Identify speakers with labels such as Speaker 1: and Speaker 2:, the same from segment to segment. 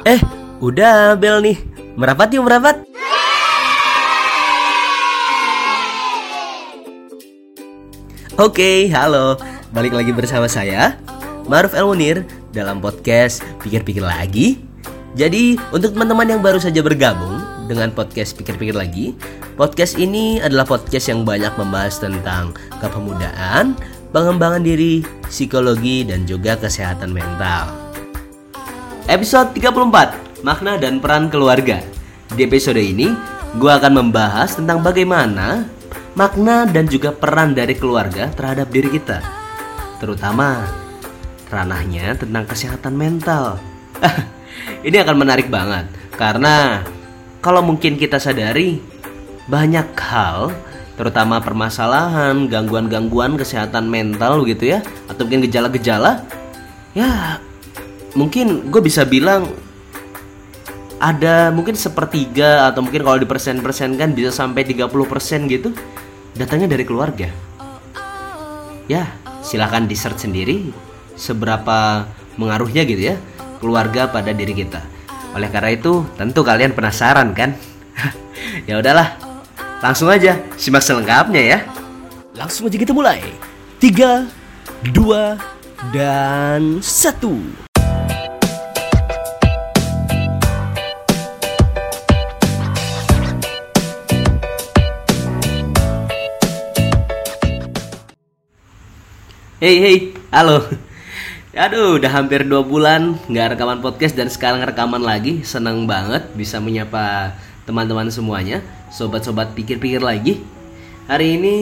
Speaker 1: Eh, udah bel nih. Merapat yuk merapat. Oke, halo. Balik lagi bersama saya, Ma'ruf El Munir, dalam podcast Pikir-Pikir Lagi. Jadi, untuk teman-teman yang baru saja bergabung dengan podcast Pikir-Pikir Lagi, podcast ini adalah podcast yang banyak membahas tentang kepemudaan, pengembangan diri, psikologi, dan juga kesehatan mental. Episode 34, Makna dan Peran Keluarga. Di episode ini, gue akan membahas tentang bagaimana makna dan juga peran dari keluarga terhadap diri kita, terutama ranahnya tentang kesehatan mental. Ini akan menarik banget, karena kalau mungkin kita sadari, banyak hal, terutama permasalahan, gangguan-gangguan kesehatan mental gitu ya, atau mungkin gejala-gejala, ya mungkin gue bisa bilang ada mungkin sepertiga, atau mungkin kalau di persen-persenkan bisa sampai 30% gitu, datangnya dari keluarga. Ya, silahkan di-search sendiri seberapa mengaruhnya gitu ya keluarga pada diri kita. Oleh karena itu, tentu kalian penasaran kan? Ya udahlah, langsung aja simak selengkapnya ya. Langsung aja kita mulai. 3, 2, dan 1. Hey, halo. Aduh, udah hampir 2 bulan gak rekaman podcast dan sekarang rekaman lagi. Senang banget bisa menyapa teman-teman semuanya, sobat-sobat pikir-pikir lagi. Hari ini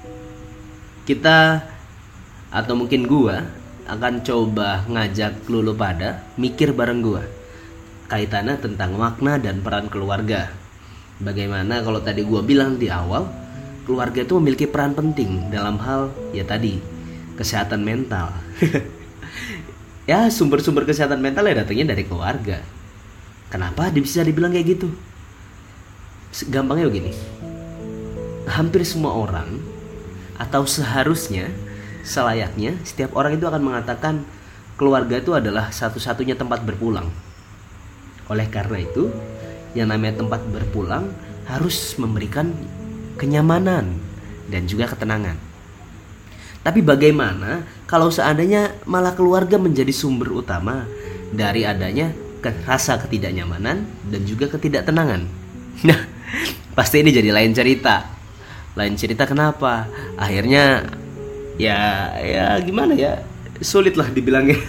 Speaker 1: kita, atau mungkin gua, akan coba ngajak lulu pada mikir bareng gua kaitannya tentang makna dan peran keluarga. Bagaimana kalau tadi gua bilang di awal, keluarga itu memiliki peran penting dalam hal ya tadi, kesehatan mental. Ya, sumber-sumber kesehatan mental ya datangnya dari keluarga. Kenapa bisa dibilang kayak gitu? Gampangnya begini, hampir semua orang, atau seharusnya, selayaknya, setiap orang itu akan mengatakan keluarga itu adalah satu-satunya tempat berpulang. Oleh karena itu, yang namanya tempat berpulang harus memberikan kenyamanan dan juga ketenangan. Tapi bagaimana kalau seandainya malah keluarga menjadi sumber utama dari adanya rasa ketidaknyamanan dan juga ketidaktenangan? Nah, pasti ini jadi lain cerita. Lain cerita kenapa? Akhirnya ya gimana ya? Sulit lah dibilangnya.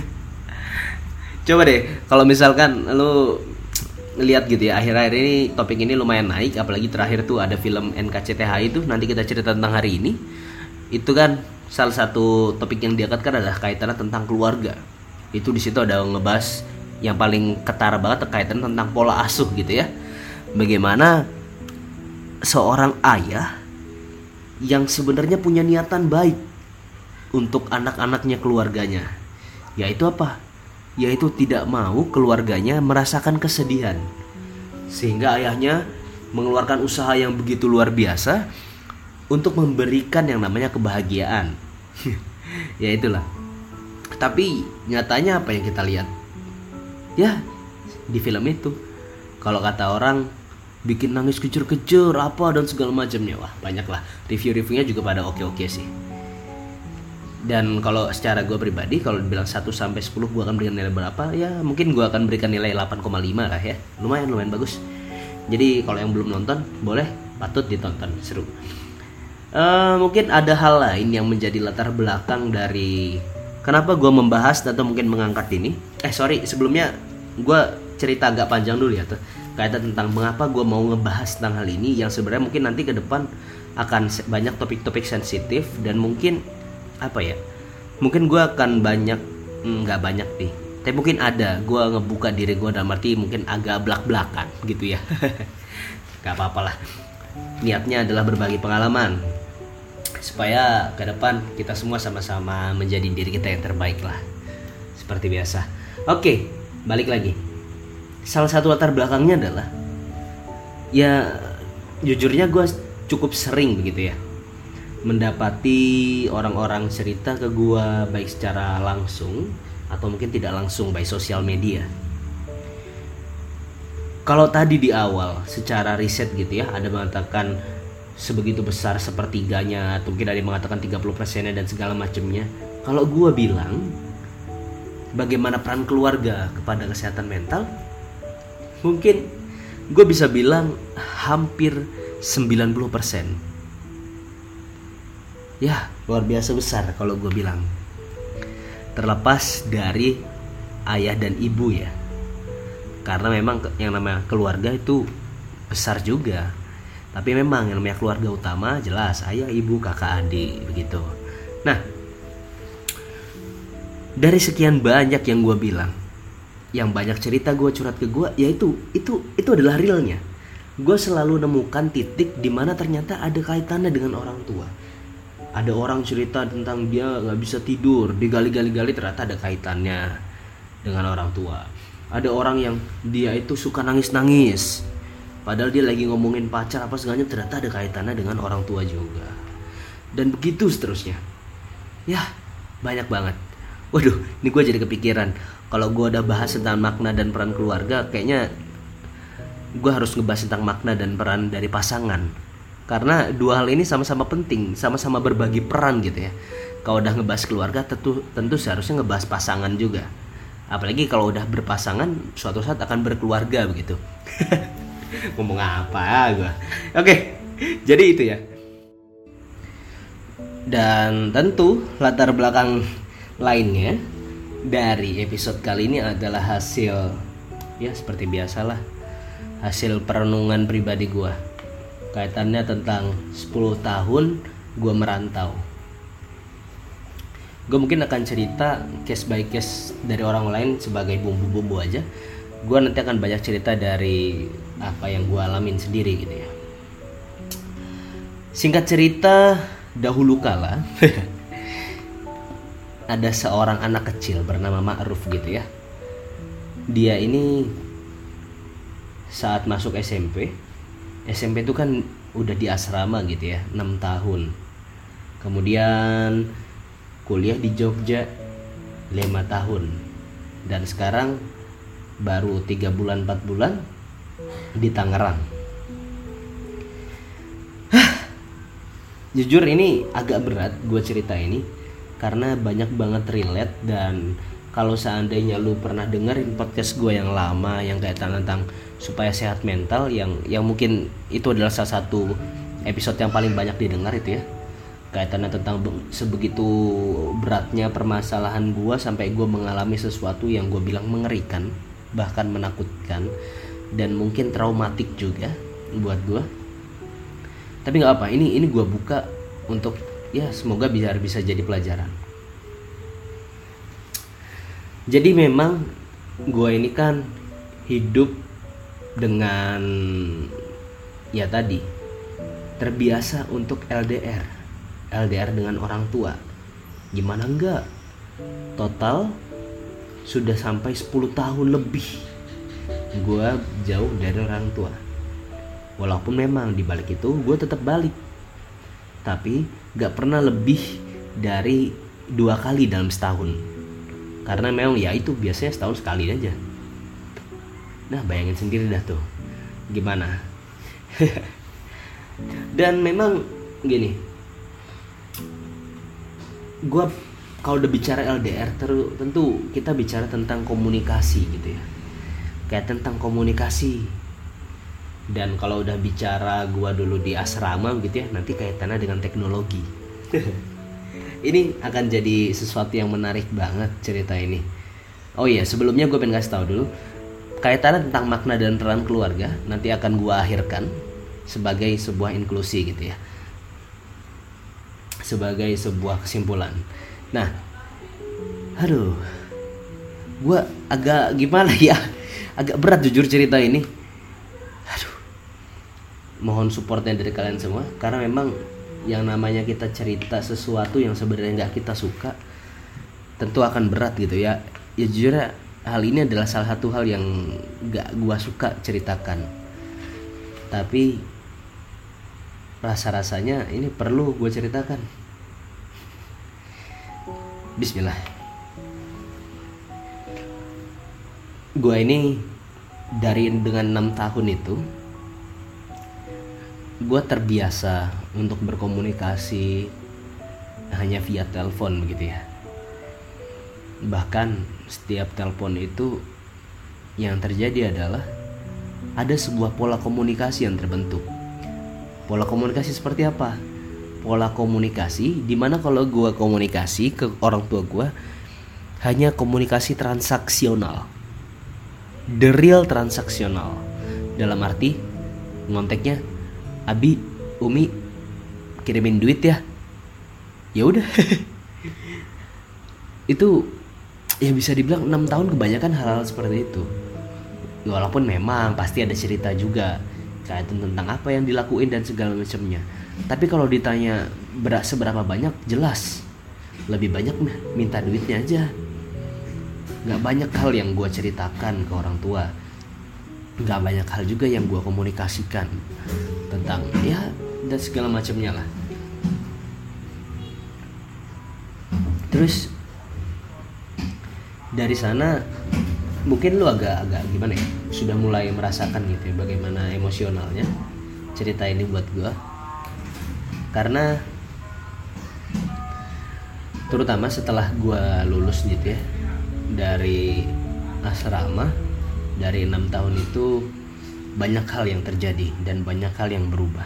Speaker 1: Coba deh, kalau misalkan lu lihat gitu ya, akhir-akhir ini topik ini lumayan naik, apalagi terakhir tuh ada film NKCTHI itu, nanti kita cerita tentang hari ini. Itu kan salah satu topik yang diangkat adalah kaitannya tentang keluarga. Itu di situ ada ngebahas yang paling ketara banget kaitan tentang pola asuh gitu ya. Bagaimana seorang ayah yang sebenarnya punya niatan baik untuk anak-anaknya, keluarganya. Yaitu apa? Yaitu tidak mau keluarganya merasakan kesedihan. Sehingga ayahnya mengeluarkan usaha yang begitu luar biasa untuk memberikan yang namanya kebahagiaan. Ya itulah. Tapi nyatanya apa yang kita lihat? Ya, di film itu, kalau kata orang, bikin nangis kejer-kejer apa dan segala macamnya. Wah, banyak lah. Review-reviewnya juga pada oke-oke sih. Dan kalau secara gue pribadi, kalau dibilang 1-10 gue akan berikan nilai berapa? Ya mungkin gue akan berikan nilai 8,5 lah ya. Lumayan bagus. Jadi kalau yang belum nonton, boleh, patut ditonton, seru. Mungkin ada hal lain yang menjadi latar belakang dari kenapa gue membahas atau mungkin mengangkat ini. Sebelumnya gue cerita agak panjang dulu ya tuh, kaitan tentang mengapa gue mau ngebahas tentang hal ini yang sebenarnya mungkin nanti ke depan akan banyak topik-topik sensitif dan mungkin mungkin gue akan nggak banyak nih, tapi mungkin ada gue ngebuka diri gue dalam arti mungkin agak belak-belakan gitu ya. Gak apa-apa lah, niatnya adalah berbagi pengalaman supaya ke depan kita semua sama-sama menjadi diri kita yang terbaik lah, seperti biasa. Oke, balik lagi. Salah satu latar belakangnya adalah, ya jujurnya gue cukup sering begitu ya mendapati orang-orang cerita ke gue, baik secara langsung atau mungkin tidak langsung by sosial media. Kalau tadi di awal secara riset gitu ya, ada mengatakan sebegitu besar sepertiganya, atau mungkin ada yang mengatakan 30%-nya dan segala macamnya. Kalau gue bilang bagaimana peran keluarga kepada kesehatan mental, mungkin gue bisa bilang hampir 90%. Ya, luar biasa besar kalau gue bilang. Terlepas dari ayah dan ibu ya. Karena memang yang namanya keluarga itu besar juga. Tapi memang yang namanya keluarga utama jelas ayah, ibu, kakak, adik begitu. Nah, dari sekian banyak yang gue bilang, yang banyak cerita gue curhat ke gue, yaitu itu adalah realnya. Gue selalu nemukan titik di mana ternyata ada kaitannya dengan orang tua. Ada orang cerita tentang dia nggak bisa tidur, digali-gali ternyata ada kaitannya dengan orang tua. Ada orang yang dia itu suka nangis-nangis, padahal dia lagi ngomongin pacar apa segalanya, ternyata ada kaitannya dengan orang tua juga. Dan begitu seterusnya. Ya, banyak banget. Waduh, ini gue jadi kepikiran. Kalau gue udah bahas tentang makna dan peran keluarga, kayaknya gue harus ngebahas tentang makna dan peran dari pasangan. Karena dua hal ini sama-sama penting, sama-sama berbagi peran gitu ya. Kalau udah ngebahas keluarga, tentu seharusnya ngebahas pasangan juga. Apalagi kalau udah berpasangan, suatu saat akan berkeluarga begitu. Ngomong apa gue? Oke, jadi itu ya. Dan tentu latar belakang lainnya dari episode kali ini adalah hasil, ya seperti biasalah, hasil perenungan pribadi gue. Kaitannya tentang 10 tahun gue merantau. Gue mungkin akan cerita case by case dari orang lain sebagai bumbu-bumbu aja. Gue nanti akan banyak cerita dari apa yang gue alamin sendiri gitu ya. Singkat cerita, dahulu kala ada seorang anak kecil bernama Ma'ruf gitu ya. Dia ini saat masuk SMP itu kan udah di asrama gitu ya, 6 tahun. Kemudian kuliah di Jogja 5 tahun. Dan sekarang baru 3 bulan 4 bulan di Tangerang. Jujur ini agak berat gue cerita ini, karena banyak banget relate. Dan kalau seandainya lu pernah dengerin podcast gue yang lama yang kaitan tentang supaya sehat mental, yang mungkin itu adalah salah satu episode yang paling banyak didengar itu ya, kaitannya tentang sebegitu beratnya permasalahan gue sampai gue mengalami sesuatu yang gue bilang mengerikan, bahkan menakutkan, dan mungkin traumatik juga buat gue. Tapi nggak apa, ini gue buka untuk ya semoga bisa jadi pelajaran. Jadi memang gue ini kan hidup dengan ya tadi terbiasa untuk LDR dengan orang tua. Gimana enggak? Total sudah sampai 10 tahun lebih gue jauh dari orang tua. Walaupun memang dibalik itu gue tetap balik, tapi gak pernah lebih dari 2 kali dalam setahun. Karena memang ya itu biasanya setahun sekali aja. Nah bayangin sendiri dah tuh gimana. Dan memang gini, gue kalau udah bicara LDR tentu kita bicara tentang komunikasi gitu ya, kayak tentang komunikasi. Dan kalau udah bicara gue dulu di asrama gitu ya, nanti kaitannya dengan teknologi. Ini akan jadi sesuatu yang menarik banget cerita ini. Oh iya, sebelumnya gue pengen kasih tahu dulu kaitannya tentang makna dan peran keluarga nanti akan gue akhirkan sebagai sebuah inklusi gitu ya, sebagai sebuah kesimpulan. Nah, aduh, gue agak gimana ya, agak berat jujur cerita ini. Aduh, mohon supportnya dari kalian semua, karena memang yang namanya kita cerita sesuatu yang sebenarnya nggak kita suka, tentu akan berat gitu ya. Ya jujur hal ini adalah salah satu hal yang nggak gue suka ceritakan, tapi rasa-rasanya ini perlu gue ceritakan. Bismillah. Gue ini dengan 6 tahun itu gue terbiasa untuk berkomunikasi hanya via telepon begitu ya. Bahkan setiap telepon itu yang terjadi adalah ada sebuah pola komunikasi yang terbentuk. Pola komunikasi seperti apa? Pola komunikasi dimana kalau gue komunikasi ke orang tua gue hanya komunikasi transaksional, the real transaksional. Dalam arti ngonteknya, Abi, Umi, kirimin duit ya. Ya udah. Itu ya bisa dibilang 6 tahun kebanyakan hal-hal seperti itu. Walaupun memang pasti ada cerita juga kayak tentang apa yang dilakuin dan segala macamnya. Tapi kalau ditanya seberapa banyak, jelas lebih banyak minta duitnya aja. Gak banyak hal yang gue ceritakan ke orang tua, gak banyak hal juga yang gue komunikasikan tentang ya dan segala macamnya lah. Terus dari sana mungkin lu agak gimana ya, sudah mulai merasakan gitu ya bagaimana emosionalnya cerita ini buat gue. Karena terutama setelah gue lulus gitu ya dari asrama, dari 6 tahun itu banyak hal yang terjadi dan banyak hal yang berubah.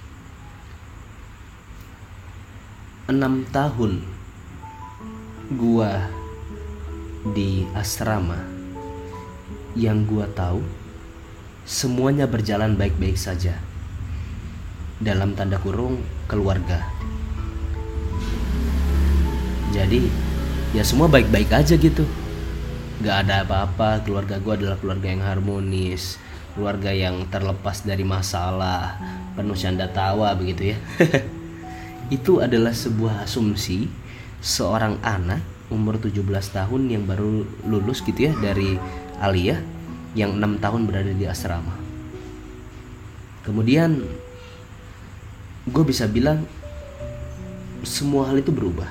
Speaker 1: 6 tahun gua di asrama, yang gua tahu semuanya berjalan baik-baik saja. Dalam tanda kurung keluarga. Jadi ya semua baik-baik aja gitu. Gak ada apa-apa. Keluarga gue adalah keluarga yang harmonis, keluarga yang terlepas dari masalah, penuh canda tawa begitu ya. Itu adalah sebuah asumsi seorang anak umur 17 tahun yang baru lulus gitu ya dari aliyah, yang 6 tahun berada di asrama. Kemudian gue bisa bilang semua hal itu berubah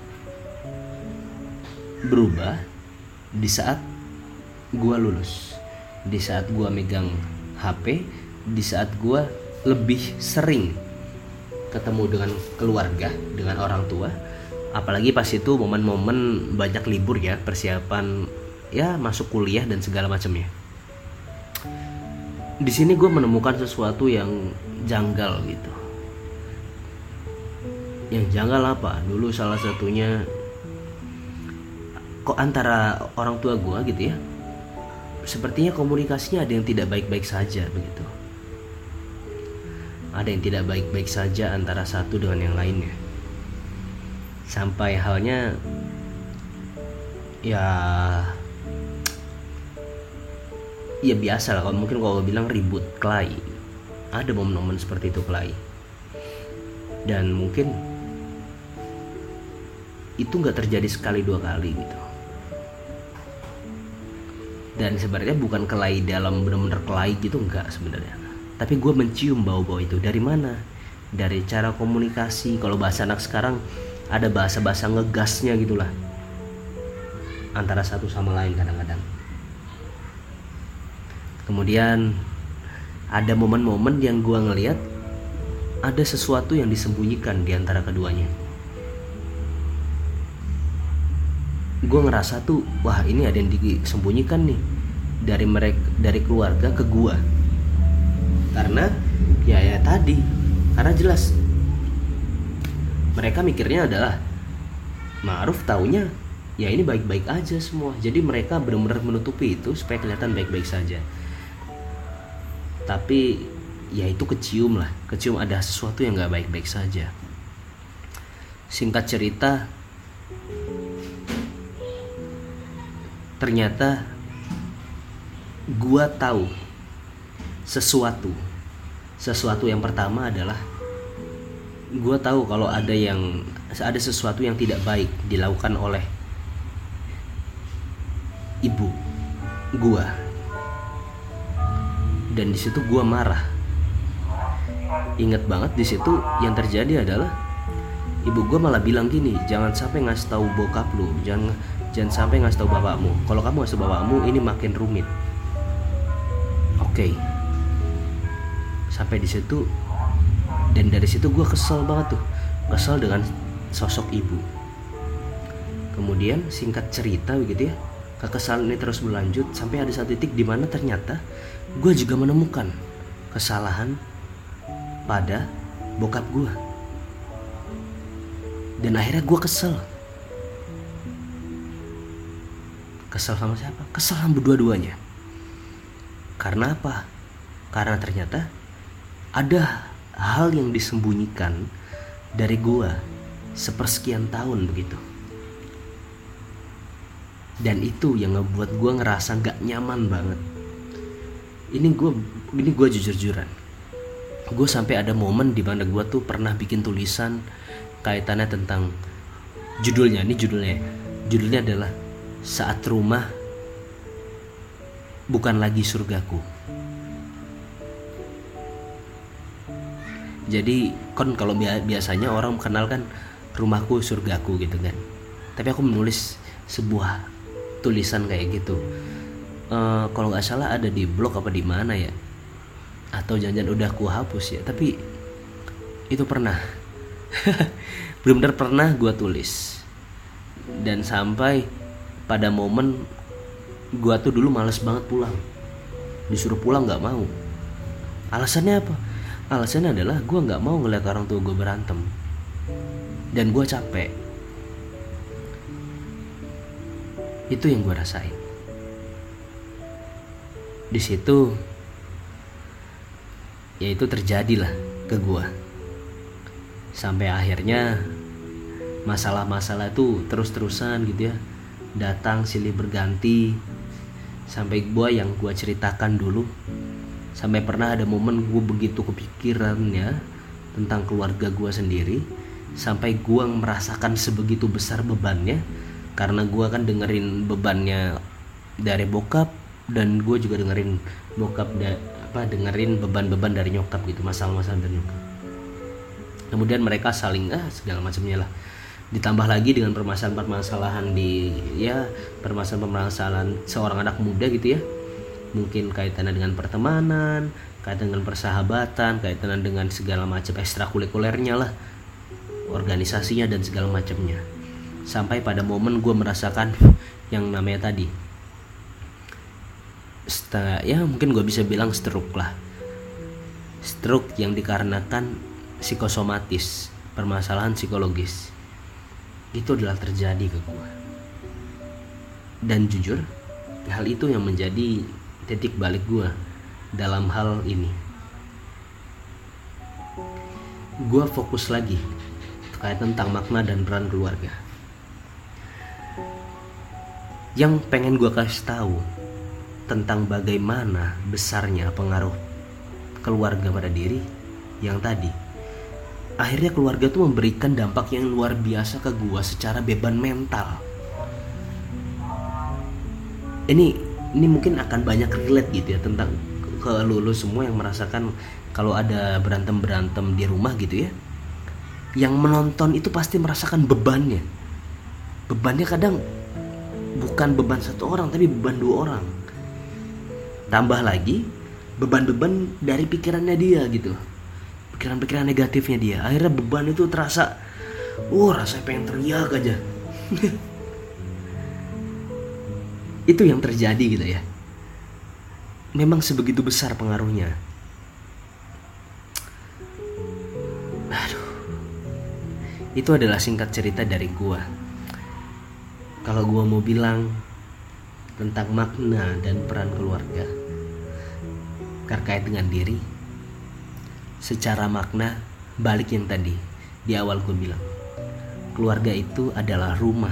Speaker 1: di saat gue lulus, di saat gue megang HP, di saat gue lebih sering ketemu dengan keluarga, dengan orang tua. Apalagi pas itu momen-momen banyak libur ya, persiapan ya masuk kuliah dan segala macamnya. Di sini gue menemukan sesuatu yang janggal gitu. Yang janggal apa? Dulu salah satunya kok antara orang tua gue gitu ya, sepertinya komunikasinya ada yang tidak baik-baik saja begitu. Ada yang tidak baik-baik saja antara satu dengan yang lainnya. Sampai halnya ya biasa lah, kalau mungkin kalau bilang ribut, kelahi. Ada momen-momen seperti itu, kelahi. Dan mungkin itu gak terjadi sekali dua kali gitu. Dan sebenarnya bukan kelahi dalam benar-benar kelahi gitu, enggak sebenarnya. Tapi gue mencium bau-bau itu. Dari mana? Dari cara komunikasi. Kalau bahasa anak sekarang ada bahasa-bahasa ngegasnya gitulah, antara satu sama lain kadang-kadang. Kemudian ada momen-momen yang gue ngelihat ada sesuatu yang disembunyikan di antara keduanya. Gue ngerasa tuh, wah ini ada yang disembunyikan nih dari mereka, dari keluarga ke gue. Karena ya tadi, karena jelas mereka mikirnya adalah Ma'ruf taunya ya ini baik-baik aja semua. Jadi mereka benar-benar menutupi itu supaya kelihatan baik-baik saja. Tapi ya itu kecium ada sesuatu yang gak baik-baik saja. Singkat cerita, ternyata gua tahu sesuatu yang pertama adalah gua tahu kalau ada sesuatu yang tidak baik dilakukan oleh ibu gua, dan di situ gua marah. Ingat banget di situ yang terjadi adalah ibu gua malah bilang gini, jangan sampai ngasih tahu bokap lu, jangan sampai ngasih tahu bapakmu. Kalau kamu ngasih tahu bapakmu ini makin rumit. Oke. Sampai di situ, dan dari situ gue kesel banget tuh, kesel dengan sosok ibu. Kemudian singkat cerita begitu ya, kekesalan ini terus berlanjut sampai ada satu titik di mana ternyata gue juga menemukan kesalahan pada bokap gue. Dan akhirnya gue kesel. Kesel sama siapa? Kesel sama dua-duanya. Karena apa? Karena ternyata ada hal yang disembunyikan dari gue sepersekian tahun begitu. Dan itu yang ngebuat gue ngerasa gak nyaman banget. Ini gue jujur-jujuran. Gue sampai ada momen di mana gue tuh pernah bikin tulisan kaitannya tentang judulnya adalah Saat Rumah Bukan Lagi Surgaku. Jadi kalau biasanya orang kenal kan rumahku surgaku gitu kan. Tapi aku menulis sebuah tulisan kayak gitu. Kalau nggak salah ada di blog apa di mana ya, atau jangan-jangan udah aku hapus ya. Tapi itu pernah, benar-benar pernah gue tulis. Dan sampai pada momen gue tuh dulu males banget pulang, disuruh pulang nggak mau. Alasannya apa? Alasannya adalah gue nggak mau ngeliat orang tua gue berantem, dan gue capek. Itu yang gue rasain. Di situ, ya itu terjadilah ke gue. Sampai akhirnya masalah-masalah itu terus-terusan gitu ya, datang silih berganti. Sampai yang gue ceritakan dulu, sampai pernah ada momen gue begitu kepikiran ya tentang keluarga gue sendiri, sampai gue merasakan sebegitu besar bebannya. Karena gue kan dengerin bebannya dari bokap, dan gue juga dengerin dengerin beban-beban dari nyokap gitu, masalah-masalah dari nyokap. Kemudian mereka saling segala macamnya lah. Ditambah lagi dengan permasalahan-permasalahan permasalahan seorang anak muda gitu ya. Mungkin kaitannya dengan pertemanan, kaitan dengan persahabatan, kaitan dengan segala macam ekstrakurikulernya lah, organisasinya dan segala macamnya. Sampai pada momen gue merasakan yang namanya tadi, mungkin gue bisa bilang stroke lah. Stroke yang dikarenakan psikosomatis, permasalahan psikologis. Itu adalah terjadi ke gue. Dan jujur, hal itu yang menjadi titik balik gue dalam hal ini. Gue fokus lagi terkait tentang makna dan peran keluarga. Yang pengen gue kasih tahu tentang bagaimana besarnya pengaruh keluarga pada diri yang tadi. Akhirnya keluarga tuh memberikan dampak yang luar biasa ke gue secara beban mental. Ini mungkin akan banyak relate gitu ya, tentang ke lu semua yang merasakan kalau ada berantem di rumah gitu ya. Yang menonton itu pasti merasakan bebannya. Bebannya kadang bukan beban satu orang, tapi beban dua orang. Tambah lagi beban-beban dari pikirannya dia gitu, pikiran-pikiran negatifnya dia. Akhirnya beban itu terasa, rasanya pengen teriak aja. Itu yang terjadi gitu ya. Memang sebegitu besar pengaruhnya. Itu adalah singkat cerita dari gua. Kalau gua mau bilang tentang makna dan peran keluarga terkait dengan diri, secara makna balik yang tadi di awal gue bilang, keluarga itu adalah rumah.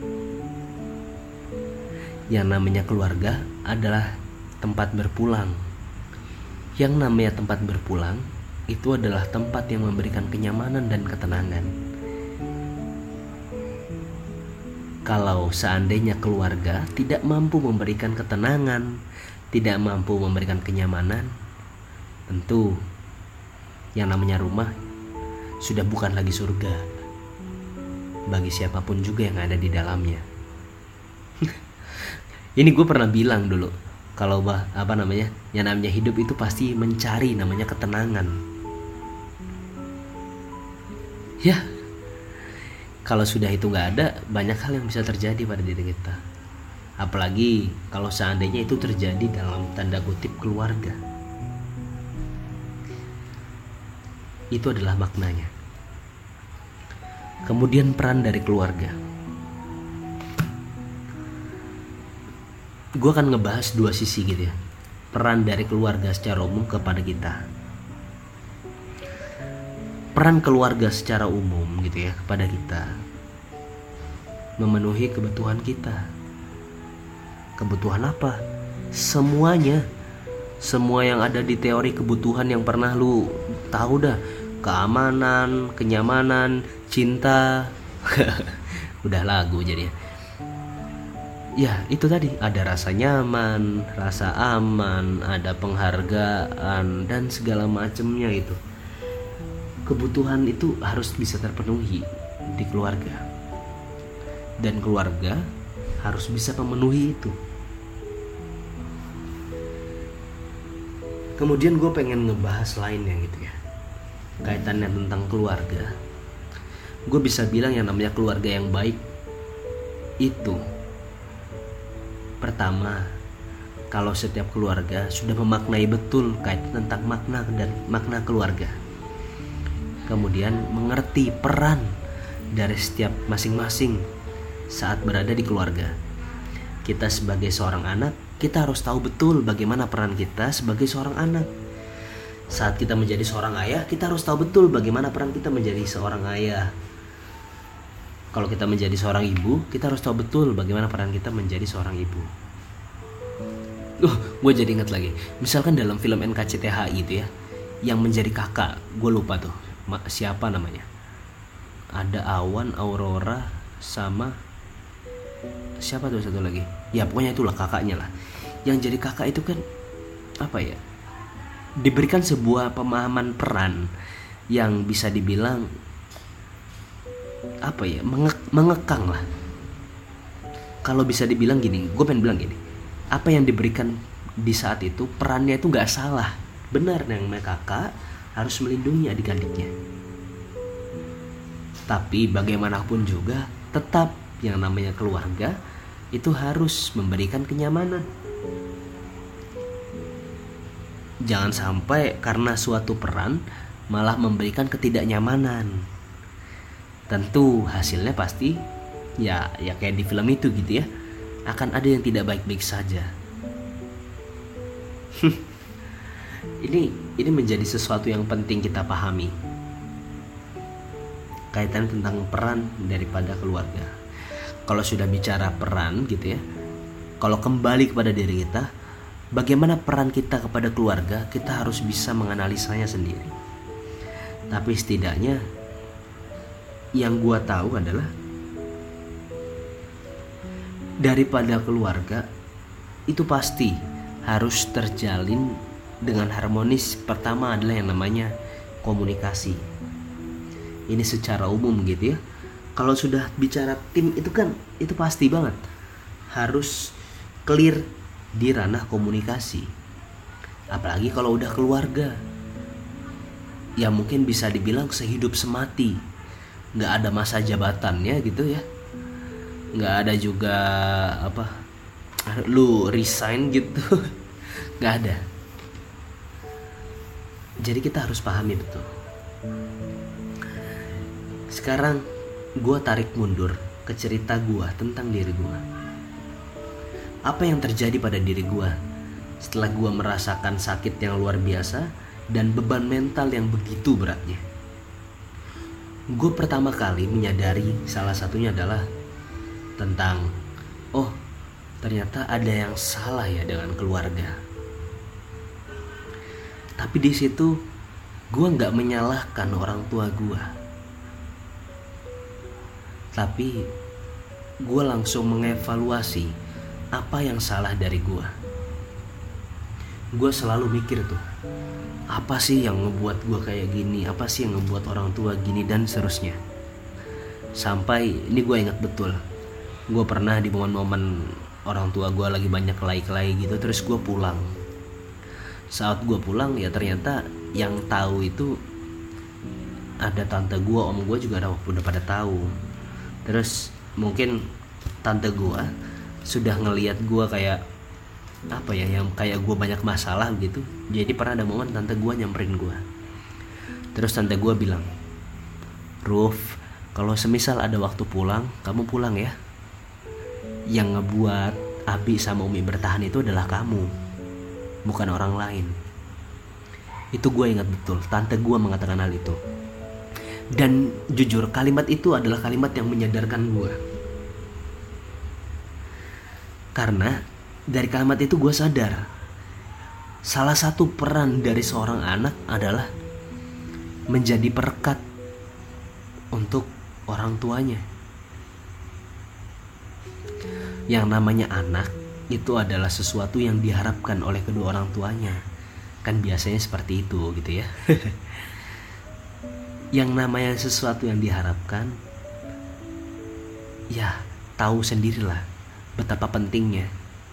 Speaker 1: Yang namanya keluarga adalah tempat berpulang. Yang namanya tempat berpulang itu adalah tempat yang memberikan kenyamanan dan ketenangan. Kalau seandainya keluarga tidak mampu memberikan ketenangan, tidak mampu memberikan kenyamanan, tentu yang namanya rumah sudah bukan lagi surga bagi siapapun juga yang ada di dalamnya. Ini gue pernah bilang dulu, Kalau yang namanya hidup itu pasti mencari namanya ketenangan. Ya, kalau sudah itu nggak ada, banyak hal yang bisa terjadi pada diri kita. Apalagi kalau seandainya itu terjadi dalam tanda kutip keluarga. Itu adalah maknanya. Kemudian peran dari keluarga. Gue akan ngebahas dua sisi gitu ya. Peran dari keluarga secara umum kepada kita. Peran keluarga secara umum gitu ya kepada kita, memenuhi kebutuhan kita. Kebutuhan apa? Semuanya. Semua yang ada di teori kebutuhan yang pernah lu tahu dah. Keamanan, kenyamanan, cinta. Udah lagu jadi ya. Ya itu tadi, ada rasa nyaman, rasa aman, ada penghargaan dan segala macamnya itu. Kebutuhan itu harus bisa terpenuhi di keluarga. Dan keluarga harus bisa memenuhi itu. Kemudian gue pengen ngebahas lainnya gitu ya, kaitannya tentang keluarga. Gue bisa bilang yang namanya keluarga yang baik itu, pertama, kalau setiap keluarga sudah memaknai betul kaitan tentang makna keluarga. Kemudian mengerti peran dari setiap masing-masing saat berada di keluarga. Kita sebagai seorang anak, kita harus tahu betul bagaimana peran kita sebagai seorang anak. Saat kita menjadi seorang ayah, kita harus tahu betul bagaimana peran kita menjadi seorang ayah. Kalau kita menjadi seorang ibu, kita harus tahu betul bagaimana peran kita menjadi seorang ibu. Gue jadi ingat lagi. Misalkan dalam film NKCTHI itu ya, yang menjadi kakak, gue lupa tuh siapa namanya. Ada Awan, Aurora, sama siapa tuh satu lagi. Ya pokoknya itulah kakaknya lah. Yang jadi kakak itu kan diberikan sebuah pemahaman peran yang bisa dibilang mengekang lah. Kalau bisa dibilang gini, gue pengen bilang gini, apa yang diberikan di saat itu perannya itu nggak salah, benar. Yang namanya kakak harus melindungi adik-adiknya. Tapi bagaimanapun juga, tetap yang namanya keluarga itu harus memberikan kenyamanan. Jangan sampai karena suatu peran malah memberikan ketidaknyamanan. Tentu hasilnya pasti ya kayak di film itu gitu ya, akan ada yang tidak baik-baik saja. Ini menjadi sesuatu yang penting kita pahami, kaitan tentang peran daripada keluarga. Kalau sudah bicara peran gitu ya, kalau kembali kepada diri kita, bagaimana peran kita kepada keluarga, kita harus bisa menganalisanya sendiri. Tapi setidaknya yang gua tahu adalah daripada keluarga itu pasti harus terjalin dengan harmonis. Pertama adalah yang namanya komunikasi. Ini secara umum gitu ya. Kalau sudah bicara tim itu kan itu pasti banget harus clear di ranah komunikasi. Apalagi kalau udah keluarga, ya mungkin bisa dibilang sehidup semati, nggak ada masa jabatannya gitu ya, nggak ada juga lu resign gitu. Nggak ada. Jadi kita harus pahami betul. Sekarang gue tarik mundur ke cerita gue tentang diri gue. Apa yang terjadi pada diri gue setelah gue merasakan sakit yang luar biasa dan beban mental yang begitu beratnya? Gue pertama kali menyadari salah satunya adalah tentang ternyata ada yang salah ya dengan keluarga. Tapi di situ gue nggak menyalahkan orang tua gue, tapi gue langsung mengevaluasi apa yang salah dari gue. Gue selalu mikir tuh, apa sih yang ngebuat gue kayak gini, apa sih yang ngebuat orang tua gini, dan seterusnya. Sampai ini gue ingat betul, gue pernah di momen-momen orang tua gue lagi banyak kelahi gitu. Terus gue pulang. Saat gue pulang ya ternyata yang tahu itu ada tante gue, om gue juga udah pada tahu. Terus mungkin tante gue sudah ngelihat gue kayak apa ya, yang kayak gue banyak masalah gitu. Jadi pernah ada momen tante gue nyamperin gue. Terus tante gue bilang, Ruf, kalau semisal ada waktu pulang, kamu pulang ya. Yang ngebuat Abi sama Umi bertahan itu adalah kamu, bukan orang lain. Itu gue ingat betul, tante gue mengatakan hal itu. Dan jujur kalimat itu adalah kalimat yang menyadarkan gue. Karena dari kalimat itu gue sadar, salah satu peran dari seorang anak adalah menjadi perekat untuk orang tuanya. Yang namanya anak itu adalah sesuatu yang diharapkan oleh kedua orang tuanya. Kan biasanya seperti itu gitu ya. Yang namanya sesuatu yang diharapkan, ya tahu sendirilah betapa pentingnya.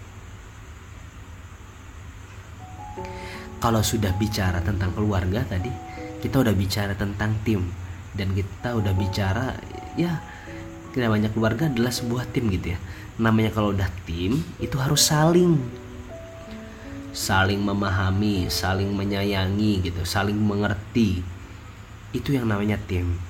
Speaker 1: Kalau sudah bicara tentang keluarga tadi, kita udah bicara tentang tim. Dan kita udah bicara, ya namanya keluarga adalah sebuah tim gitu ya. Namanya kalau udah tim, itu harus saling memahami, saling menyayangi gitu, saling mengerti. Itu yang namanya tim.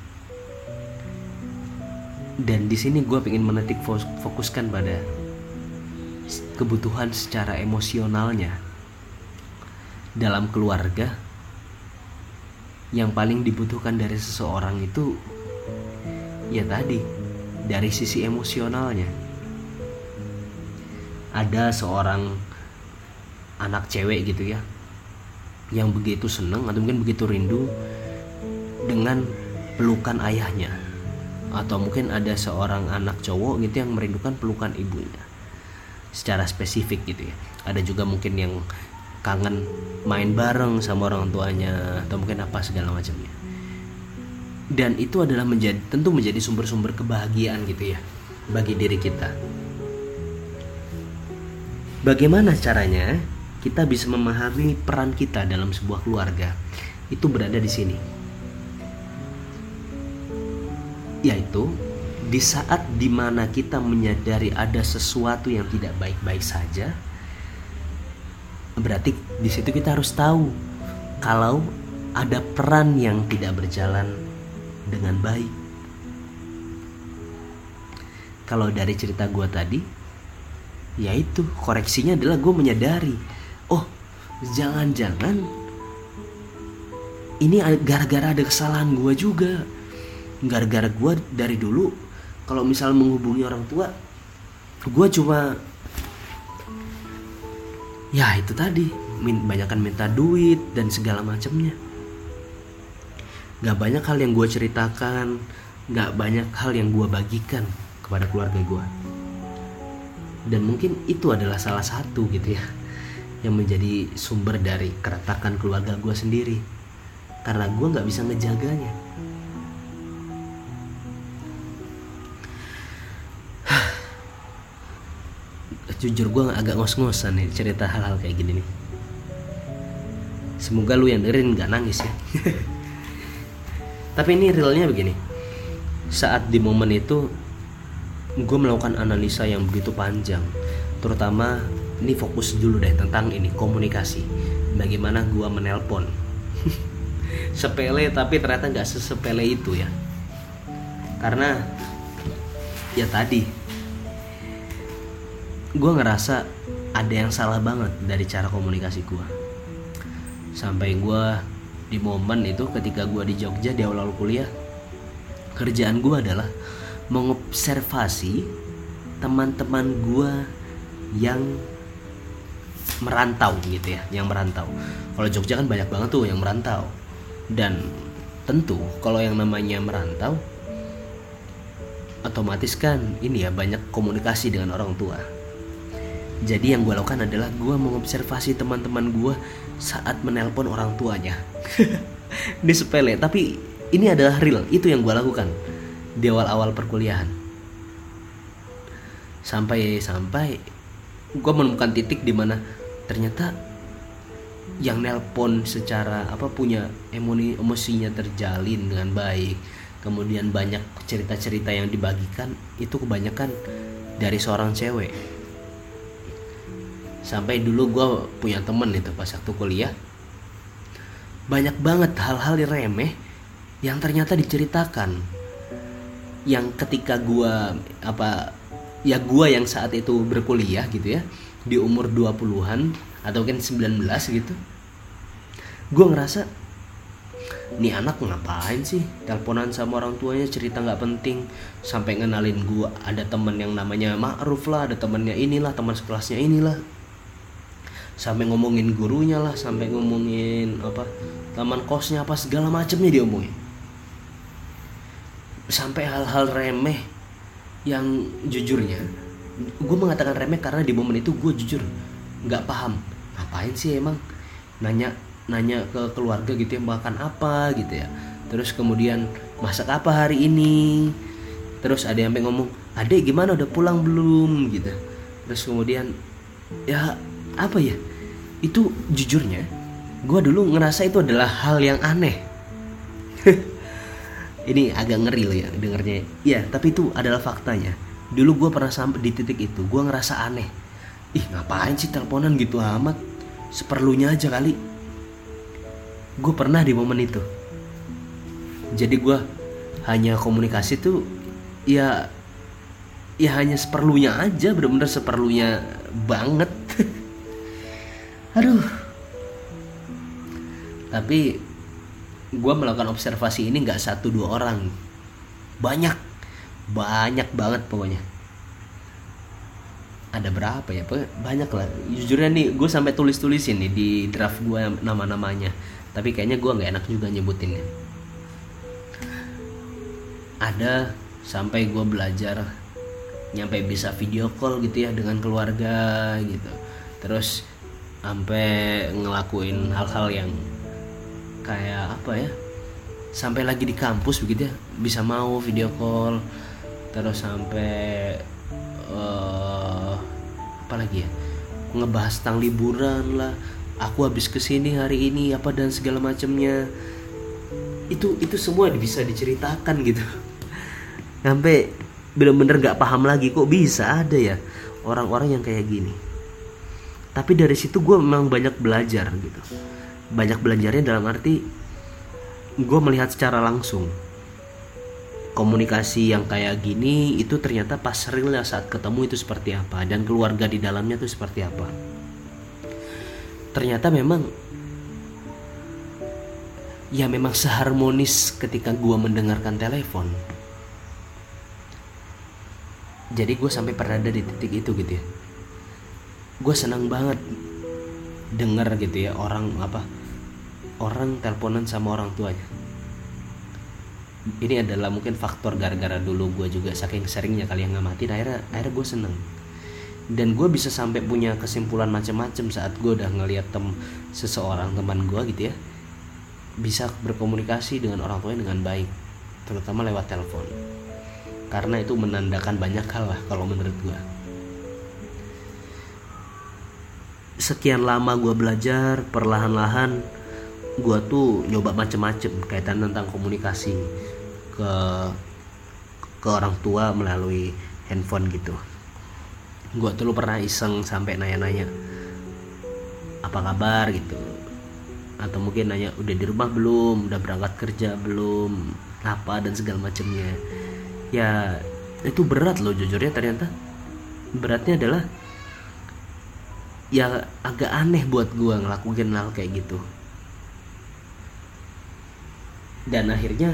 Speaker 1: Dan di sini gue pengen menitik fokuskan pada kebutuhan secara emosionalnya dalam keluarga. Yang paling dibutuhkan dari seseorang itu ya tadi, dari sisi emosionalnya. Ada seorang anak cewek gitu ya, yang begitu seneng atau mungkin begitu rindu dengan pelukan ayahnya. Atau mungkin ada seorang anak cowok gitu yang merindukan pelukan ibunya secara spesifik gitu ya. Ada juga mungkin yang kangen main bareng sama orang tuanya atau mungkin apa segala macamnya. Dan itu adalah tentu menjadi sumber-sumber kebahagiaan gitu ya bagi diri kita. Bagaimana caranya kita bisa memahami peran kita dalam sebuah keluarga? Itu berada di sini. Yaitu di saat dimana kita menyadari ada sesuatu yang tidak baik-baik saja, berarti di situ kita harus tahu kalau ada peran yang tidak berjalan dengan baik. Kalau dari cerita gue tadi, yaitu koreksinya adalah gue menyadari, oh jangan-jangan ini gara-gara ada kesalahan gue juga. Gara-gara gue dari dulu kalau misal menghubungi orang tua, gue cuma ya itu tadi, banyakan minta duit dan segala macamnya. Gak banyak hal yang gue ceritakan, gak banyak hal yang gue bagikan kepada keluarga gue. Dan mungkin itu adalah salah satu gitu ya yang menjadi sumber dari keretakan keluarga gue sendiri, karena gue gak bisa ngejaganya. Jujur gue agak ngos-ngosan nih cerita hal-hal kayak gini nih. Semoga lu yang dengerin gak nangis ya. Tapi ini realnya begini. Saat di momen itu gue melakukan analisa yang begitu panjang. Terutama ini fokus dulu deh tentang ini, komunikasi. Bagaimana gue menelpon. Sepele tapi ternyata gak sesepele itu ya. Karena ya tadi gue ngerasa ada yang salah banget dari cara komunikasi gue. Sampai gue di momen itu ketika gue di Jogja di awal-awal kuliah, kerjaan gue adalah mengobservasi teman-teman gue yang merantau gitu ya, yang merantau. Kalau Jogja kan banyak banget tuh yang merantau. Dan tentu kalau yang namanya merantau, otomatis kan ini ya banyak komunikasi dengan orang tua. Jadi yang gue lakukan adalah gue mengobservasi teman-teman gue saat menelpon orang tuanya. Ini sepele, tapi ini adalah real. Itu yang gue lakukan di awal-awal perkuliahan. Sampai gue menemukan titik di mana ternyata yang nelpon secara punya emosinya terjalin dengan baik, kemudian banyak cerita-cerita yang dibagikan, itu kebanyakan dari seorang cewek. Sampai dulu gue punya temen itu pas waktu kuliah, banyak banget hal-hal yang remeh yang ternyata diceritakan, yang ketika gue gue yang saat itu berkuliah gitu ya, di umur 20-an atau mungkin 19 gitu, gue ngerasa nih anak ngapain sih teleponan sama orang tuanya, cerita nggak penting, sampai ngenalin gue ada temen yang namanya Ma'ruf lah, ada temennya inilah, teman sekelasnya inilah, sampai ngomongin gurunya lah, sampai ngomongin teman kosnya apa segala macamnya dia omongin, sampai hal-hal remeh yang jujurnya gue mengatakan remeh karena di momen itu gue jujur nggak paham ngapain sih emang nanya ke keluarga gitu ya, makan apa gitu ya, terus kemudian masak apa hari ini, terus ada yang ngomong adek gimana udah pulang belum gitu, terus kemudian ya itu jujurnya gue dulu ngerasa itu adalah hal yang aneh. Ini agak ngeri loh ya dengernya ya, tapi itu adalah faktanya. Dulu gue pernah sampai di titik itu, gue ngerasa aneh, ngapain sih teleponan gitu amat, seperlunya aja kali. Gue pernah di momen itu. Jadi gue hanya komunikasi tuh ya hanya seperlunya aja, bener-bener seperlunya banget. Aduh. Tapi gue melakukan observasi ini gak 1-2 orang, banyak banget pokoknya. Ada berapa ya, banyak lah. Jujurnya nih gue sampai tulis-tulisin nih di draft gue nama-namanya, tapi kayaknya gue gak enak juga nyebutinnya. Ada sampai gue belajar nyampe bisa video call gitu ya dengan keluarga gitu, terus sampai ngelakuin hal-hal yang kayak sampai lagi di kampus begitu ya bisa mau video call, terus sampai ngebahas tentang liburan lah, aku habis kesini hari ini dan segala macamnya. Itu semua bisa diceritakan gitu. Sampai bener-bener gak paham lagi kok bisa ada ya orang-orang yang kayak gini. Tapi dari situ gue memang banyak belajar gitu. Banyak belajarnya dalam arti gue melihat secara langsung komunikasi yang kayak gini itu ternyata pas realnya saat ketemu itu seperti apa, dan keluarga di dalamnya itu seperti apa. Ternyata memang seharmonis ketika gue mendengarkan telepon. Jadi gue sampai berada di titik itu gitu ya. Gue senang banget dengar gitu ya orang teleponan sama orang tuanya. Ini adalah mungkin faktor gara-gara dulu gue juga saking seringnya kali yang ngamatin, akhirnya gue seneng. Dan gue bisa sampai punya kesimpulan macam-macam saat gue udah ngeliat seseorang teman gue gitu ya bisa berkomunikasi dengan orang tuanya dengan baik, terutama lewat telepon. Karena itu menandakan banyak hal lah kalau menurut gue. Sekian lama gue belajar, perlahan-lahan gue tuh nyoba macem-macem kaitan tentang komunikasi ke orang tua melalui handphone gitu. Gue tuh pernah iseng sampai nanya-nanya apa kabar gitu, atau mungkin nanya udah di rumah belum, udah berangkat kerja belum, apa dan segala macamnya. Ya itu berat loh jujurnya, ternyata beratnya adalah ya agak aneh buat gue ngelakuin hal kayak gitu. Dan akhirnya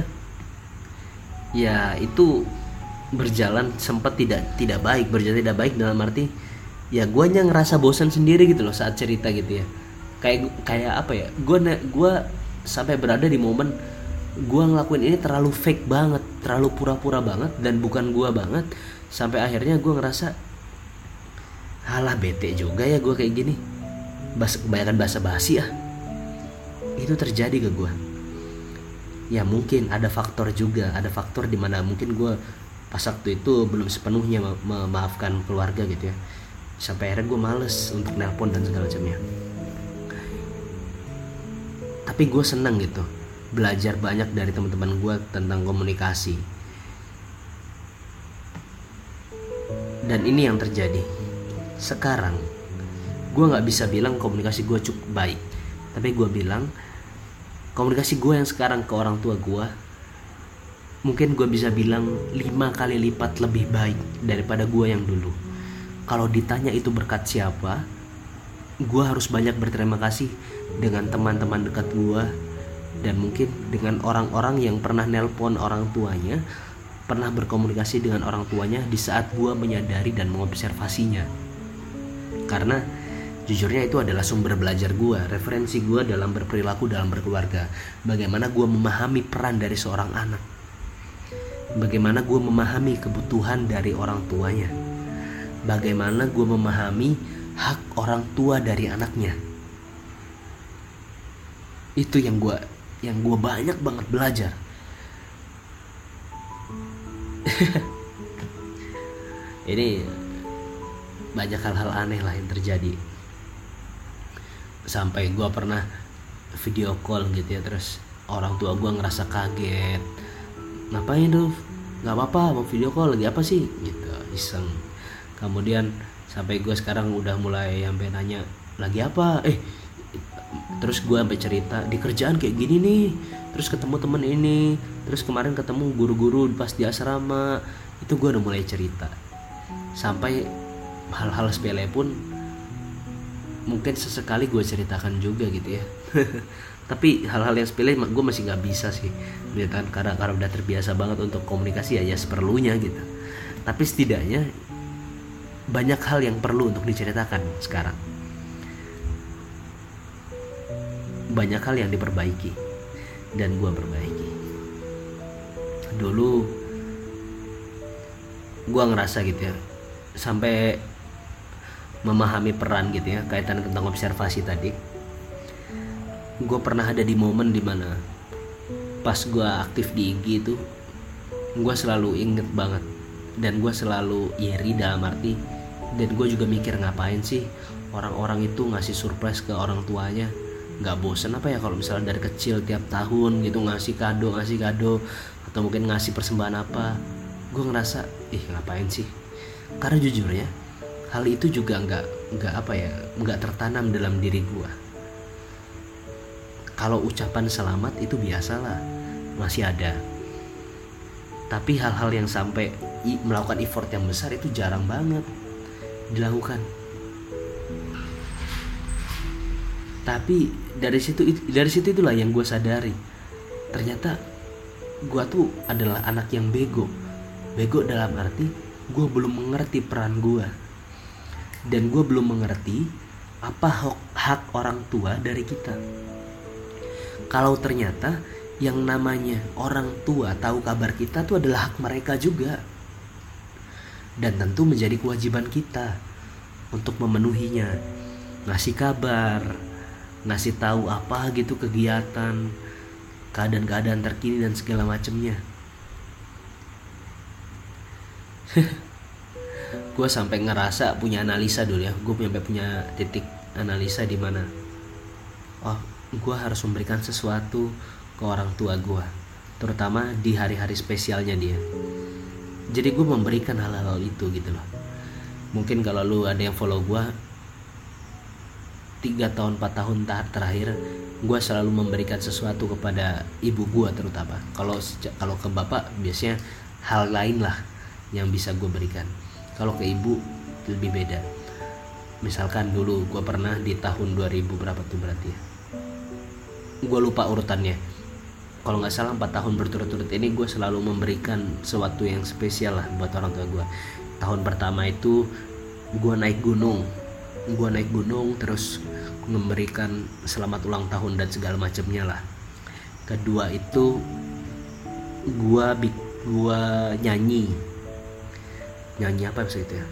Speaker 1: ya itu berjalan sempat tidak baik, berjalan tidak baik dalam arti ya guanya ngerasa bosan sendiri gitu loh saat cerita gitu ya. Kayak apa ya? Gue sampai berada di momen gue ngelakuin ini terlalu fake banget, terlalu pura-pura banget dan bukan gue banget, sampai akhirnya gue ngerasa halah bete juga ya gue kayak gini. Kebanyakan basa-basi ah. Itu terjadi ke gue. Ya mungkin ada faktor dimana mungkin gue pas waktu itu belum sepenuhnya memaafkan keluarga gitu ya. Sampai akhirnya gue males untuk nelpon dan segala macamnya. Tapi gue seneng gitu, belajar banyak dari teman-teman gue tentang komunikasi. Dan ini yang terjadi. Sekarang gue gak bisa bilang komunikasi gue cukup baik, tapi gue bilang komunikasi gue yang sekarang ke orang tua gue, mungkin gue bisa bilang 5 kali lipat lebih baik daripada gue yang dulu. Kalau ditanya itu berkat siapa, gue harus banyak berterima kasih dengan teman-teman dekat gue, dan mungkin dengan orang-orang yang pernah nelpon orang tuanya, pernah berkomunikasi dengan orang tuanya di saat gue menyadari dan mengobservasinya. Karena jujurnya itu adalah sumber belajar gue, referensi gue dalam berperilaku dalam berkeluarga. Bagaimana gue memahami peran dari seorang anak, bagaimana gue memahami kebutuhan dari orang tuanya, bagaimana gue memahami hak orang tua dari anaknya. Itu yang gue banyak banget belajar. Ini banyak hal-hal aneh lah yang terjadi. Sampai gue pernah video call gitu ya, terus orang tua gue ngerasa kaget. Ngapain tuh? Gak apa-apa, mau video call, lagi apa sih? Gitu, iseng. Kemudian sampai gue sekarang udah mulai sampai nanya, lagi apa? Terus gue sampai cerita, di kerjaan kayak gini nih, terus ketemu temen ini, terus kemarin ketemu guru-guru pas di asrama. Itu gue udah mulai cerita. Sampai hal-hal sepele pun mungkin sesekali gue ceritakan juga gitu ya. Tapi hal-hal yang sepele gue masih gak bisa sih gitu kan, karena udah terbiasa banget untuk komunikasi ya seperlunya gitu. Tapi setidaknya banyak hal yang perlu untuk diceritakan sekarang. Banyak hal yang diperbaiki dan gue perbaiki. Dulu gue ngerasa gitu ya, sampai memahami peran gitu ya, kaitan tentang observasi tadi. Gue pernah ada di momen dimana pas gue aktif di IG itu, gue selalu inget banget, dan gue selalu iri dalam arti, dan gue juga mikir ngapain sih orang-orang itu ngasih surprise ke orang tuanya. Gak bosen apa ya kalau misalnya dari kecil tiap tahun gitu ngasih kado, atau mungkin ngasih persembahan apa. Gue ngerasa ngapain sih. Karena jujur ya, hal itu juga nggak tertanam dalam diri gue. Kalau ucapan selamat itu biasalah, masih ada. Tapi hal-hal yang sampai melakukan effort yang besar itu jarang banget dilakukan. Tapi dari situ itulah yang gue sadari, ternyata gue tuh adalah anak yang bego dalam arti gue belum mengerti peran gue, dan gue belum mengerti apa hak orang tua dari kita. Kalau ternyata yang namanya orang tua tahu kabar kita tuh adalah hak mereka juga, dan tentu menjadi kewajiban kita untuk memenuhinya, ngasih kabar, ngasih tahu apa gitu kegiatan, keadaan-keadaan terkini dan segala macamnya. Gue sampai ngerasa punya analisa dulu ya, gue sampai punya titik analisa di mana, gue harus memberikan sesuatu ke orang tua gue, terutama di hari-hari spesialnya dia. Jadi gue memberikan hal-hal itu gitu loh. Mungkin kalau lu ada yang follow gue 3 tahun 4 tahun terakhir, gue selalu memberikan sesuatu kepada ibu gue terutama. Kalau ke bapak biasanya hal lain lah yang bisa gue berikan. Kalau ke ibu lebih beda. Misalkan dulu gue pernah di tahun 2000 berapa tuh berarti ya, gue lupa urutannya. Kalau nggak salah 4 tahun berturut-turut ini gue selalu memberikan sesuatu yang spesial lah buat orang tua gue. Tahun pertama itu gue naik gunung terus memberikan selamat ulang tahun dan segala macamnya lah. Kedua itu gue nyanyi apa maksud itu ya?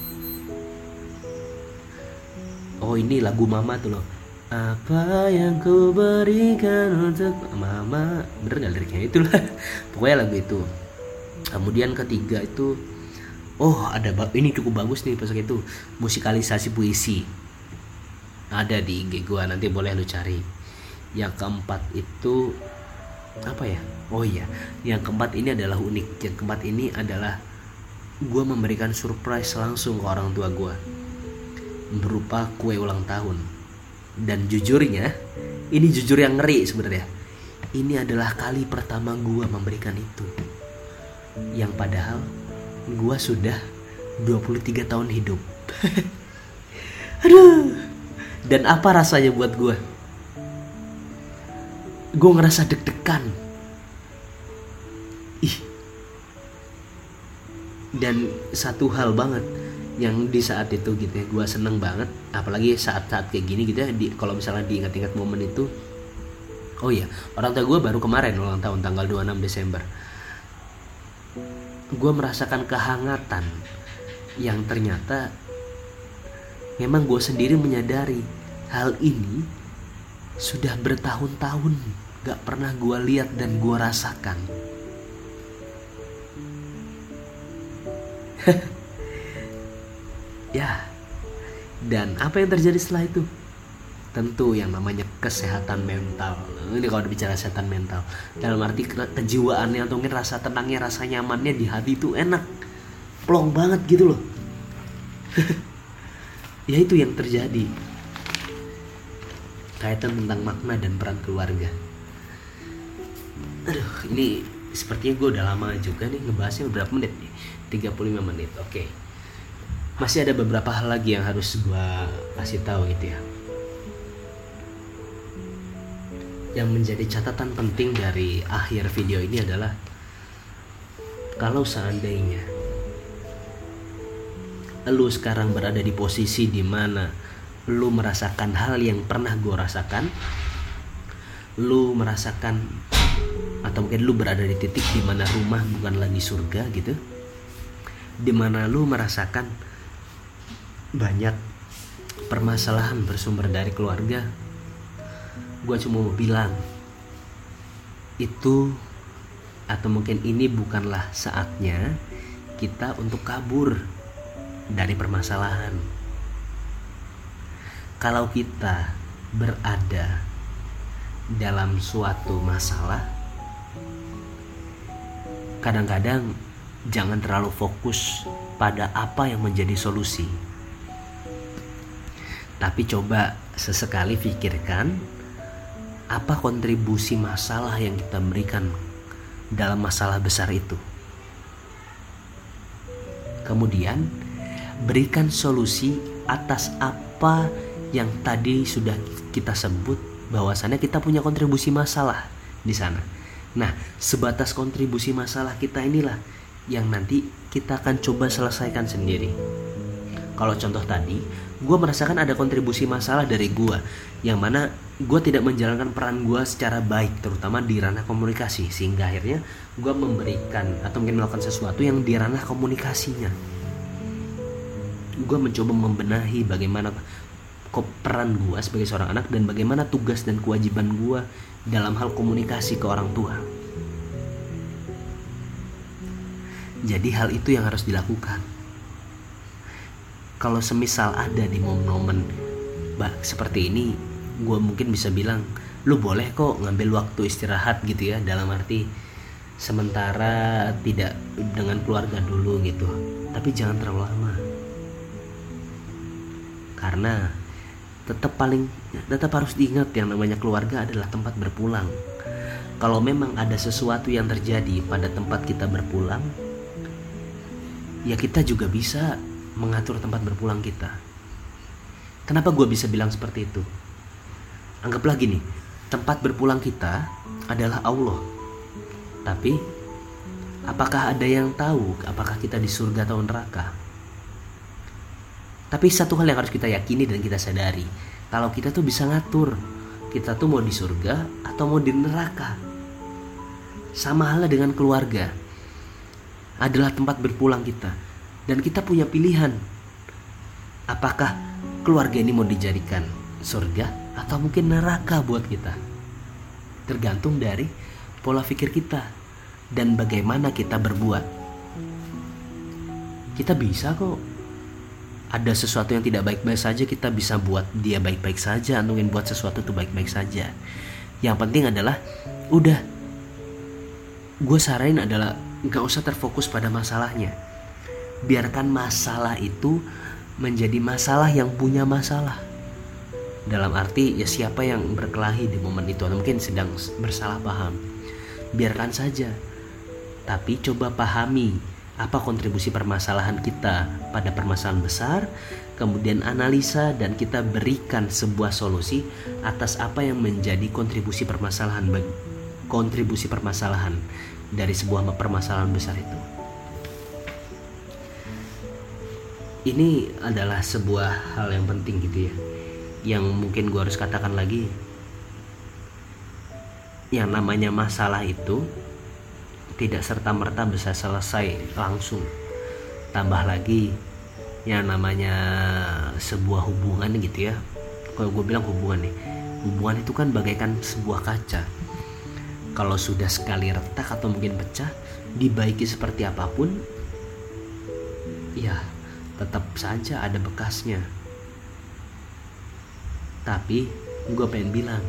Speaker 1: Ini lagu Mama tuh loh. Apa yang ku berikan untuk Mama, bener gak liriknya? Itulah pokoknya lagu itu. Kemudian ketiga itu Oh ada ini cukup bagus nih pas itu, musikalisasi puisi, ada di IG gua, nanti boleh lu cari. Yang keempat itu apa ya, oh iya, yang keempat ini adalah unik. Yang keempat ini adalah gua memberikan surprise langsung ke orang tua gua berupa kue ulang tahun. Dan jujurnya, ini jujur yang ngeri sebenarnya, ini adalah kali pertama gua memberikan itu, yang padahal gua sudah 23 tahun hidup. Aduh. Dan apa rasanya buat gua? Gua ngerasa deg-degan. Dan satu hal banget yang di saat itu gitu ya, gua seneng banget, apalagi saat-saat kayak gini gitu ya, kalau misalnya diingat-ingat momen itu. Oh iya, orang tua gua baru kemarin ulang tahun tanggal 26 Desember. Gue merasakan kehangatan yang ternyata memang gue sendiri menyadari hal ini sudah bertahun-tahun gak pernah gue lihat dan gue rasakan. Ya, dan apa yang terjadi setelah itu? Tentu yang namanya kesehatan mental. Ini kalau bicara kesehatan mental, dalam arti kejiwaannya atau mungkin rasa tenangnya, rasa nyamannya di hati itu enak, plong banget gitu loh. Ya itu yang terjadi. Kaitan tentang makna dan peran keluarga. Aduh, ini sepertinya gue udah lama juga nih ngebahasnya. Berapa menit nih? 35 menit. Oke. Masih ada beberapa hal lagi yang harus gue kasih tahu gitu ya. Yang menjadi catatan penting dari akhir video ini adalah, kalau seandainya lu sekarang berada di posisi dimana lu merasakan hal yang pernah gue rasakan, lu merasakan atau mungkin lu berada di titik dimana rumah bukan lagi surga gitu, dimana lu merasakan banyak permasalahan bersumber dari keluarga, gue cuma mau bilang itu atau mungkin ini bukanlah saatnya kita untuk kabur dari permasalahan. Kalau kita berada dalam suatu masalah, kadang-kadang jangan terlalu fokus pada apa yang menjadi solusi, tapi coba sesekali pikirkan apa kontribusi masalah yang kita berikan dalam masalah besar itu. Kemudian berikan solusi atas apa yang tadi sudah kita sebut bahwasannya kita punya kontribusi masalah di sana. Nah, sebatas kontribusi masalah kita inilah yang nanti kita akan coba selesaikan sendiri. Kalau contoh tadi, gue merasakan ada kontribusi masalah dari gue, yang mana gue tidak menjalankan peran gue secara baik, terutama di ranah komunikasi, sehingga akhirnya gue memberikan atau mungkin melakukan sesuatu yang di ranah komunikasinya. Gue mencoba membenahi bagaimana peran gue sebagai seorang anak dan bagaimana tugas dan kewajiban gue dalam hal komunikasi ke orang tua. Jadi hal itu yang harus dilakukan. Kalau semisal ada di momen-momen seperti ini, gue mungkin bisa bilang, lu boleh kok ngambil waktu istirahat gitu ya, dalam arti sementara tidak dengan keluarga dulu gitu, tapi jangan terlalu lama. Karena tetap harus diingat yang namanya keluarga adalah tempat berpulang. Kalau memang ada sesuatu yang terjadi pada tempat kita berpulang, ya kita juga bisa mengatur tempat berpulang kita. Kenapa gue bisa bilang seperti itu? Anggaplah gini, tempat berpulang kita adalah Allah. Tapi apakah ada yang tahu apakah kita di surga atau neraka? Tapi satu hal yang harus kita yakini dan kita sadari, kalau kita tuh bisa ngatur, kita tuh mau di surga atau mau di neraka. Sama halnya dengan keluarga, adalah tempat berpulang kita. Dan kita punya pilihan, apakah keluarga ini mau dijadikan surga atau mungkin neraka buat kita. Tergantung dari pola pikir kita dan bagaimana kita berbuat. kita bisa kok. Ada sesuatu yang tidak baik-baik saja, kita bisa buat dia baik-baik saja, atau ingin buat sesuatu itu baik-baik saja. Yang penting adalah udah, gue saranin adalah gak usah terfokus pada masalahnya. Biarkan masalah itu menjadi masalah yang punya masalah. Dalam arti ya siapa yang berkelahi di momen itu, atau mungkin sedang bersalah paham, biarkan saja. Tapi coba pahami apa kontribusi permasalahan kita pada permasalahan besar, kemudian analisa dan kita berikan sebuah solusi atas apa yang menjadi kontribusi permasalahan dari sebuah permasalahan besar itu. Ini adalah sebuah hal yang penting gitu ya, yang mungkin gue harus katakan lagi. Yang namanya masalah itu tidak serta-merta bisa selesai langsung. Tambah lagi yang namanya sebuah hubungan gitu ya. Kalau gue bilang hubungan nih, hubungan itu kan bagaikan sebuah kaca. Kalau sudah sekali retak atau mungkin pecah, dibaiki seperti apapun, ya tetap saja ada bekasnya. Tapi gue pengen bilang,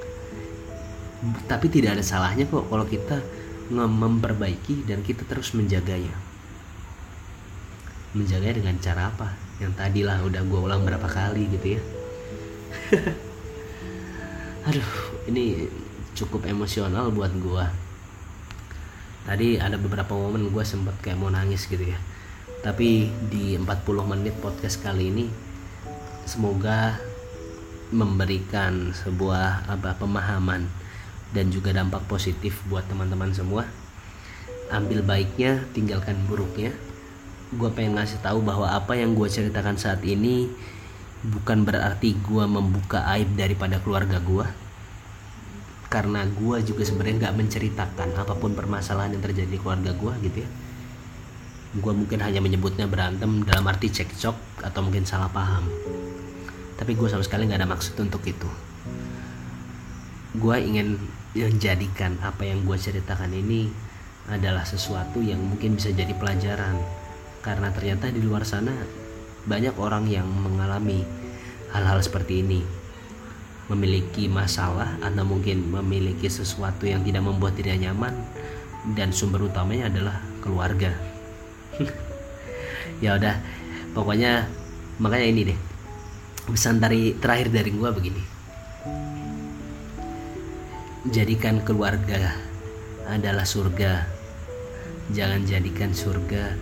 Speaker 1: tapi tidak ada salahnya kok kalau kita memperbaiki dan kita terus menjaganya. Menjaganya dengan cara apa? Yang tadilah udah gue ulang berapa kali gitu ya. Aduh, ini cukup emosional buat gue. Tadi ada beberapa momen gue sempat kayak mau nangis gitu ya. Tapi di 40 menit podcast kali ini semoga memberikan sebuah pemahaman dan juga dampak positif buat teman-teman semua. Ambil baiknya, tinggalkan buruknya. Gue pengen ngasih tahu bahwa apa yang gue ceritakan saat ini bukan berarti gue membuka aib daripada keluarga gue, karena gue juga sebenarnya gak menceritakan apapun permasalahan yang terjadi di keluarga gue gitu ya. Gue mungkin hanya menyebutnya berantem dalam arti cekcok atau mungkin salah paham, tapi gue sama sekali gak ada maksud untuk itu. Gue ingin menjadikan apa yang gue ceritakan ini adalah sesuatu yang mungkin bisa jadi pelajaran, karena ternyata di luar sana banyak orang yang mengalami hal-hal seperti ini, memiliki masalah atau mungkin memiliki sesuatu yang tidak membuat dirinya nyaman, dan sumber utamanya adalah keluarga. Ya udah, pokoknya makanya ini deh pesan terakhir dari gue begini: jadikan keluarga adalah surga, jangan jadikan surga.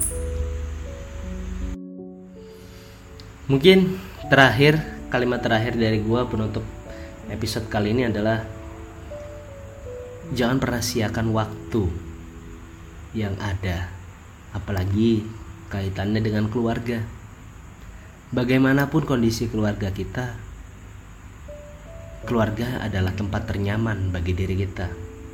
Speaker 1: Mungkin kalimat terakhir dari gue penutup episode kali ini adalah jangan pernah siakan waktu yang ada, apalagi kaitannya dengan keluarga. Bagaimanapun kondisi keluarga kita, keluarga adalah tempat ternyaman bagi diri kita.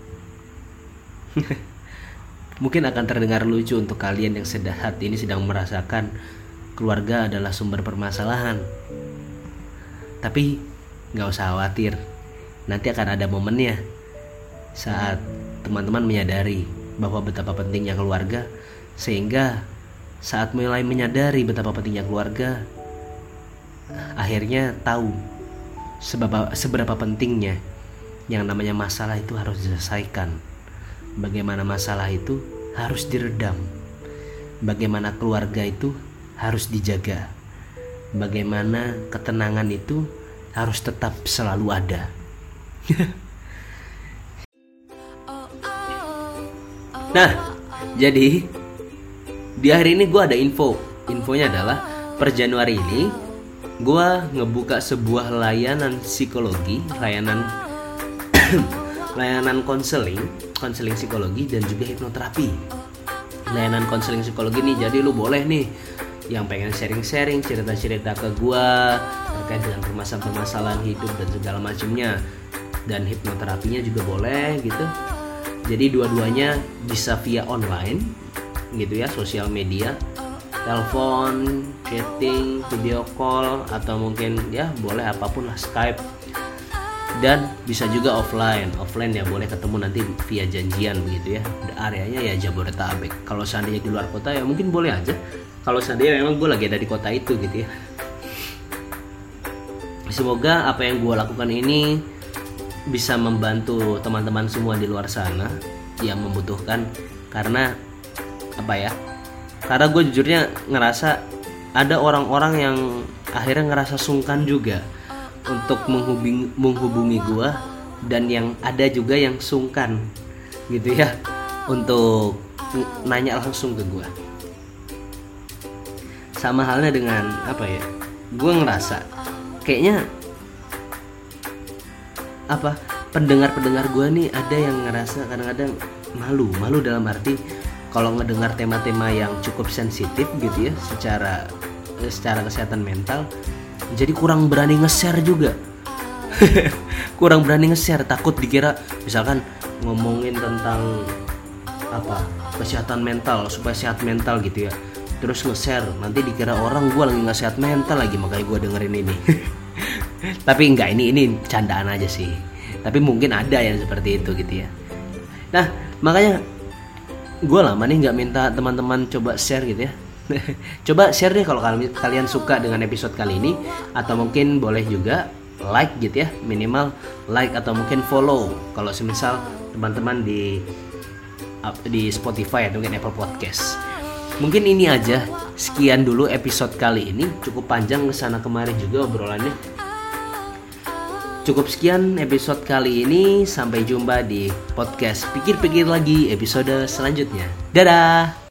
Speaker 1: Mungkin akan terdengar lucu untuk kalian yang saat ini sedang merasakan keluarga adalah sumber permasalahan. Tapi gak usah khawatir, nanti akan ada momennya saat teman-teman menyadari bahwa betapa pentingnya keluarga, sehingga saat mulai menyadari betapa pentingnya keluarga, akhirnya tahu seberapa pentingnya yang namanya masalah itu harus diselesaikan, bagaimana masalah itu harus diredam, bagaimana keluarga itu harus dijaga, bagaimana ketenangan itu harus tetap selalu ada. Nah, jadi di hari ini gue ada infonya adalah per Januari ini gue ngebuka sebuah layanan psikologi, layanan konseling psikologi dan juga hipnoterapi. Layanan konseling psikologi nih, jadi lu boleh nih yang pengen sharing-sharing cerita-cerita ke gue terkait dengan permasalahan hidup dan segala macamnya, dan hipnoterapinya juga boleh gitu. Jadi dua-duanya bisa via online gitu ya, sosial media, telepon, chatting, video call, atau mungkin ya boleh apapun lah, Skype. Dan bisa juga offline ya boleh ketemu nanti via janjian begitu ya. Areanya ya Jabodetabek. Kalau seandainya di luar kota ya mungkin boleh aja. kalau seandainya memang gue lagi ada di kota itu gitu ya. Semoga apa yang gue lakukan ini bisa membantu teman-teman semua di luar sana yang membutuhkan. Karena apa ya, karena gue jujurnya ngerasa ada orang-orang yang akhirnya ngerasa sungkan juga untuk menghubungi gue, dan yang ada juga yang sungkan gitu ya untuk nanya langsung ke gue. Sama halnya dengan apa ya, gue ngerasa kayaknya apa, pendengar gue nih ada yang ngerasa kadang-kadang malu dalam arti kalau ngedengar tema-tema yang cukup sensitif gitu ya secara kesehatan mental, jadi kurang berani nge-share juga. Kurang berani nge-share, takut dikira misalkan ngomongin tentang apa, kesehatan mental supaya sehat mental gitu ya, terus nge-share nanti dikira orang gue lagi nggak sehat mental lagi, makanya gue dengerin ini. Tapi enggak, ini candaan aja sih. Tapi mungkin ada yang seperti itu gitu ya. Nah makanya gue lama nih nggak minta teman-teman coba share gitu ya. Coba share deh kalau kalian suka dengan episode kali ini, atau mungkin boleh juga like gitu ya, minimal like atau mungkin follow kalau semisal teman-teman di Spotify atau mungkin Apple Podcast. Mungkin ini aja, sekian dulu episode kali ini, cukup panjang kesana kemari juga obrolannya. Cukup sekian episode kali ini, sampai jumpa di podcast Pikir-Pikir lagi episode selanjutnya. Dadah.